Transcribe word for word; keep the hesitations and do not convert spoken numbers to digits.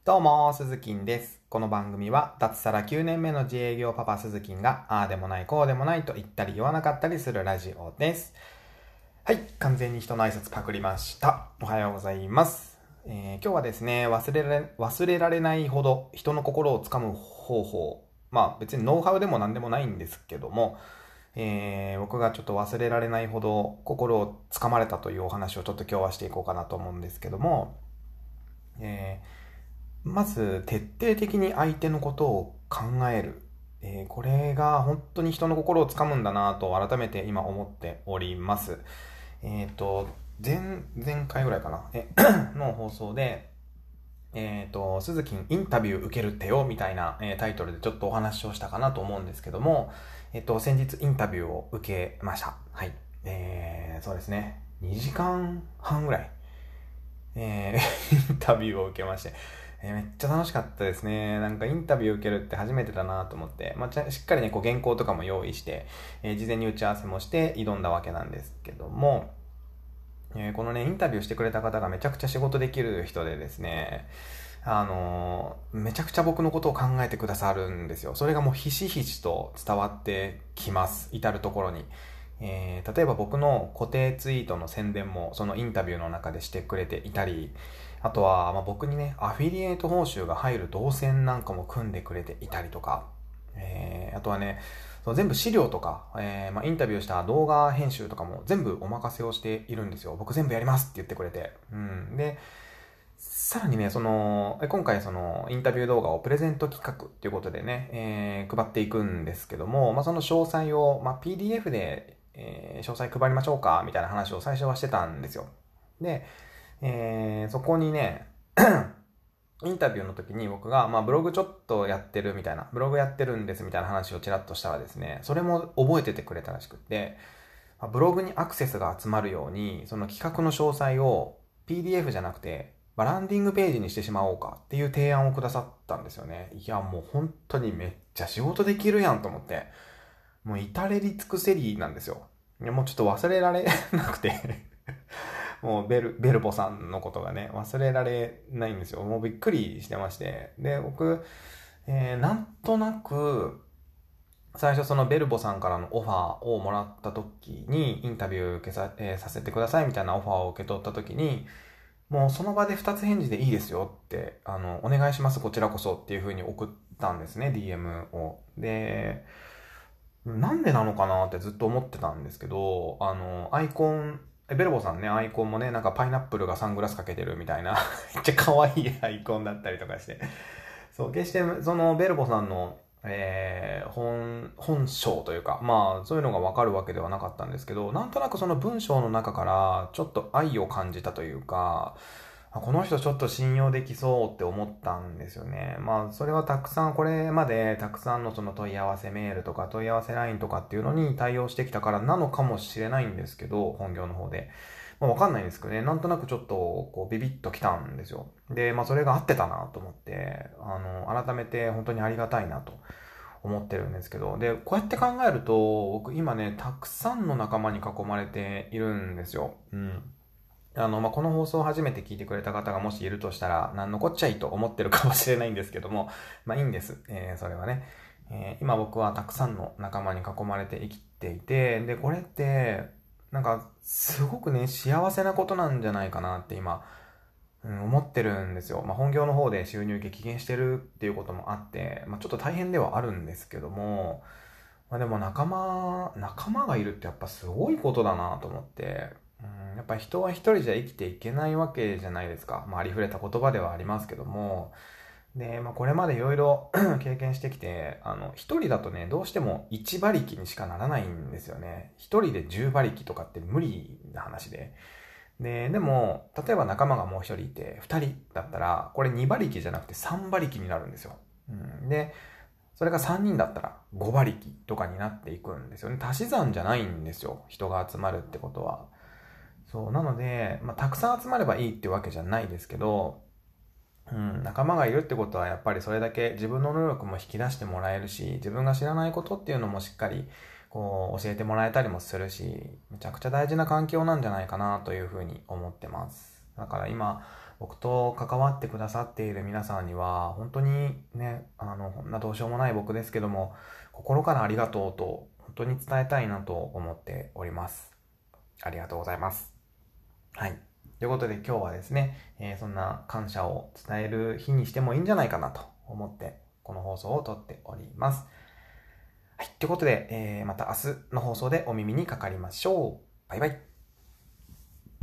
どうも、鈴木です。この番組は、脱サラきゅうねんめの自営業パパ鈴木が、ああでもない、こうでもないと言ったり言わなかったりするラジオです。はい、完全に人の挨拶パクりました。おはようございます。えー、今日はですね、忘れられ、忘れられないほど人の心をつかむ方法。まあ別にノウハウでも何でもないんですけども、えー、僕がちょっと忘れられないほど心をつかまれたというお話をちょっと今日はしていこうかなと思うんですけども、えーまず、徹底的に相手のことを考える。えーこれが本当に人の心をつかむんだなと改めて今思っております。えっと、前、前回ぐらいかなえの放送で、えっと、鈴木インタビュー受ける手よみたいな、えータイトルでちょっとお話をしたかなと思うんですけども、えっと、先日インタビューを受けました。はい。えー、そうですね。にじかんはんぐらいえーインタビューを受けまして、えーめっちゃ楽しかったですね。なんかインタビュー受けるって初めてだなと思って、まあ、ちゃしっかりね、こう原稿とかも用意して、えー事前に打ち合わせもして挑んだわけなんですけども、えーこのね、インタビューしてくれた方がめちゃくちゃ仕事できる人でですね、あのーめちゃくちゃ僕のことを考えてくださるんですよ。それがもうひしひしと伝わってきます。至るところに。えー例えば僕の固定ツイートの宣伝もそのインタビューの中でしてくれていたり、あとは、まあ、僕にね、アフィリエイト報酬が入る動線なんかも組んでくれていたりとか、えーあとはね、その全部資料とか、えーまあ、インタビューした動画編集とかも全部お任せをしているんですよ。僕全部やりますって言ってくれて。うん。で、さらにね、その、今回そのインタビュー動画をプレゼント企画っていうことでね、えー配っていくんですけども、まあ、その詳細を、まあ、ピーディーエフ で、えー詳細配りましょうかみたいな話を最初はしてたんですよ。で、えーそこにね、インタビューの時に僕が、まあ、ブログちょっとやってるみたいな、ブログやってるんですみたいな話をちらっとしたらですね、それも覚えててくれたらしくって、まあブログにアクセスが集まるように、その企画の詳細を ピーディーエフ じゃなくて、まあランディングページにしてしまおうかっていう提案をくださったんですよね。いや、もう本当にめっちゃ仕事できるやんと思って、もう至れり尽くせりなんですよ。いや、もうちょっと忘れられなくてもうベル、ベルボさんのことがね、忘れられないんですよ。もうびっくりしてまして。で、僕、えーなんとなく、最初そのベルボさんからのオファーをもらった時に、インタビュー受けさ,、えーさせてくださいみたいなオファーを受け取った時に、もうその場で二つ返事でいいですよって、あの、お願いします、こちらこそっていう風に送ったんですね、ディーエム を。で、なんでなのかなってずっと思ってたんですけど、あの、アイコン、えベルボさんね、アイコンもね、なんかパイナップルがサングラスかけてるみたいなめっちゃ可愛いアイコンだったりとかして。そう、決して、その、ベルボさんの、えー本、本性というか、まあ、そういうのがわかるわけではなかったんですけど、なんとなくその文章の中から、ちょっと愛を感じたというか、あこの人ちょっと信用できそうって思ったんですよね。まあ、それはたくさん、これまでたくさんのその問い合わせメールとか問い合わせラインとかっていうのに対応してきたからなのかもしれないんですけど、本業の方で。まあ、わかんないんですけどね、なんとなくちょっと、こう、ビビッときたんですよ。で、まあ、それが合ってたなと思って、あの、改めて本当にありがたいなと思ってるんですけど、で、こうやって考えると、僕今ね、たくさんの仲間に囲まれているんですよ。うん。あの、まあ、この放送を初めて聞いてくれた方がもしいるとしたら、なんのこっちゃいと思ってるかもしれないんですけども、まあ、いいんです。えー、それはね。えー今僕はたくさんの仲間に囲まれて生きていて、で、これって、なんか、すごくね、幸せなことなんじゃないかなって今、うん、思ってるんですよ。まあ、本業の方で収入激減してるっていうこともあって、まあ、ちょっと大変ではあるんですけども、まあ、でも仲間、仲間がいるってやっぱすごいことだなと思って、うん、やっぱ人は一人じゃ生きていけないわけじゃないですか。まあ、ありふれた言葉ではありますけども、で、まあ、これまでいろいろ経験してきて、あの、一人だとね、どうしても一馬力にしかならないんですよね。一人で十馬力とかって無理な話で。で、でも、例えば仲間がもう一人いて、二人だったら、これ二馬力じゃなくて三馬力になるんですよ。うん、で、それがさんにんだったらご馬力とかになっていくんですよね。足し算じゃないんですよ。人が集まるってことは。そう。なので、まあ、たくさん集まればいいってわけじゃないですけど、うん、仲間がいるってことはやっぱりそれだけ自分の能力も引き出してもらえるし、自分が知らないことっていうのもしっかりこう教えてもらえたりもするし、めちゃくちゃ大事な環境なんじゃないかなというふうに思ってます。だから今、 僕と関わってくださっている皆さんには、本当にね、あの、こんなどうしようもない僕ですけども、心からありがとうと、本当に伝えたいなと思っております。ありがとうございます。はい。ということで今日はですね、えーそんな感謝を伝える日にしてもいいんじゃないかなと思って、この放送を撮っております。はい。ということで、えーまた明日の放送でお耳にかかりましょう。バイバイ。